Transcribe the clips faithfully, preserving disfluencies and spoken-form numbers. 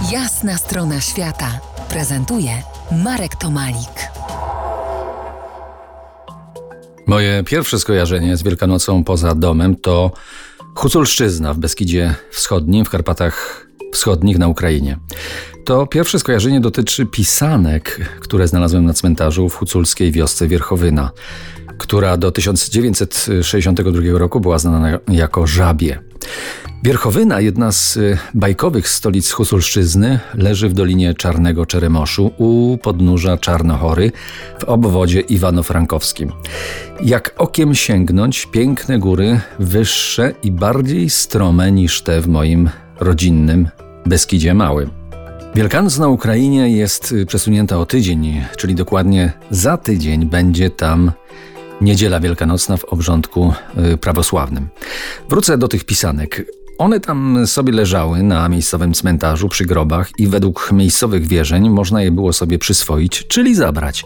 Jasna strona świata prezentuje Marek Tomalik. Moje pierwsze skojarzenie z Wielkanocą poza domem to Huculszczyzna w Beskidzie Wschodnim, w Karpatach Wschodnich na Ukrainie. To pierwsze skojarzenie dotyczy pisanek, które znalazłem na cmentarzu w huculskiej wiosce Wierchowyna, która do tysiąc dziewięćset sześćdziesiątego drugiego roku była znana jako Żabie. Wierchowyna, jedna z bajkowych stolic Huculszczyzny, leży w Dolinie Czarnego Czeremoszu u podnóża Czarnochory w obwodzie iwano-frankowskim. Jak okiem sięgnąć, piękne góry, wyższe i bardziej strome niż te w moim rodzinnym Beskidzie Małym. Wielkanoc na Ukrainie jest przesunięta o tydzień, czyli dokładnie za tydzień będzie tam Niedziela Wielkanocna w obrządku prawosławnym. Wrócę do tych pisanek. One tam sobie leżały na miejscowym cmentarzu przy grobach i według miejscowych wierzeń można je było sobie przyswoić, czyli zabrać.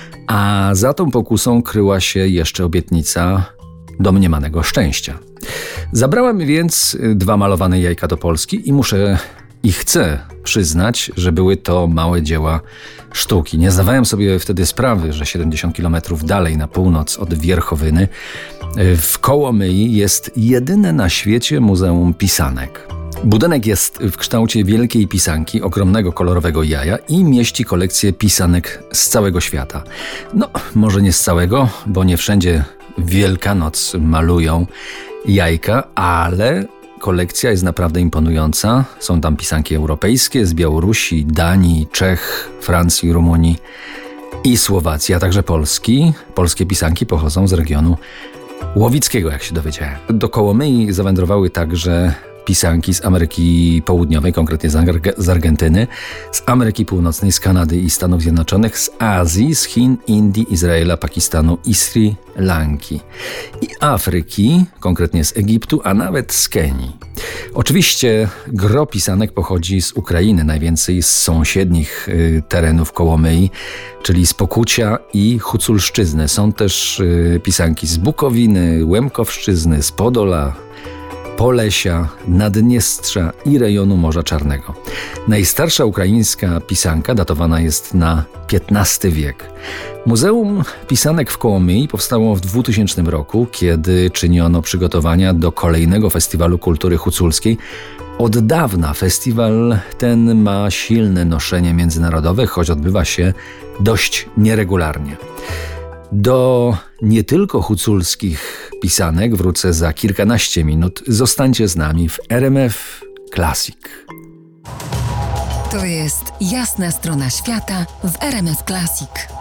A za tą pokusą kryła się jeszcze obietnica domniemanego szczęścia. Zabrałem więc dwa malowane jajka do Polski i muszę i chcę przyznać, że były to małe dzieła sztuki. Nie zdawałem sobie wtedy sprawy, że siedemdziesiąt kilometrów dalej na północ od Wierchowyny w Kołomyi jest jedyne na świecie muzeum pisanek. Budynek jest w kształcie wielkiej pisanki, ogromnego kolorowego jaja i mieści kolekcję pisanek z całego świata. No, może nie z całego, bo nie wszędzie Wielkanoc malują jajka, ale kolekcja jest naprawdę imponująca. Są tam pisanki europejskie z Białorusi, Danii, Czech, Francji, Rumunii i Słowacji, a także Polski. Polskie pisanki pochodzą z regionu łowickiego, jak się dowiedziałem. Do Kołomyi zawędrowały także pisanki z Ameryki Południowej, konkretnie z, Ar- z Argentyny, z Ameryki Północnej, z Kanady i Stanów Zjednoczonych, z Azji, z Chin, Indii, Izraela, Pakistanu i Sri Lanki. I Afryki, konkretnie z Egiptu, a nawet z Kenii. Oczywiście gro pisanek pochodzi z Ukrainy, najwięcej z sąsiednich y, terenów Kołomyi, czyli z Pokucia i Huculszczyzny. Są też y, pisanki z Bukowiny, Łemkowszczyzny, z Podola, Polesia, Naddniestrza i rejonu Morza Czarnego. Najstarsza ukraińska pisanka datowana jest na piętnasty wiek. Muzeum Pisanek w Kołomyi powstało w dwutysięcznym roku, kiedy czyniono przygotowania do kolejnego Festiwalu Kultury Huculskiej. Od dawna festiwal ten ma silne noszenie międzynarodowe, choć odbywa się dość nieregularnie. Do nie tylko huculskich pisanek wrócę za kilkanaście minut. Zostańcie z nami w R M F Classic. To jest Jasna strona świata w R M F Classic.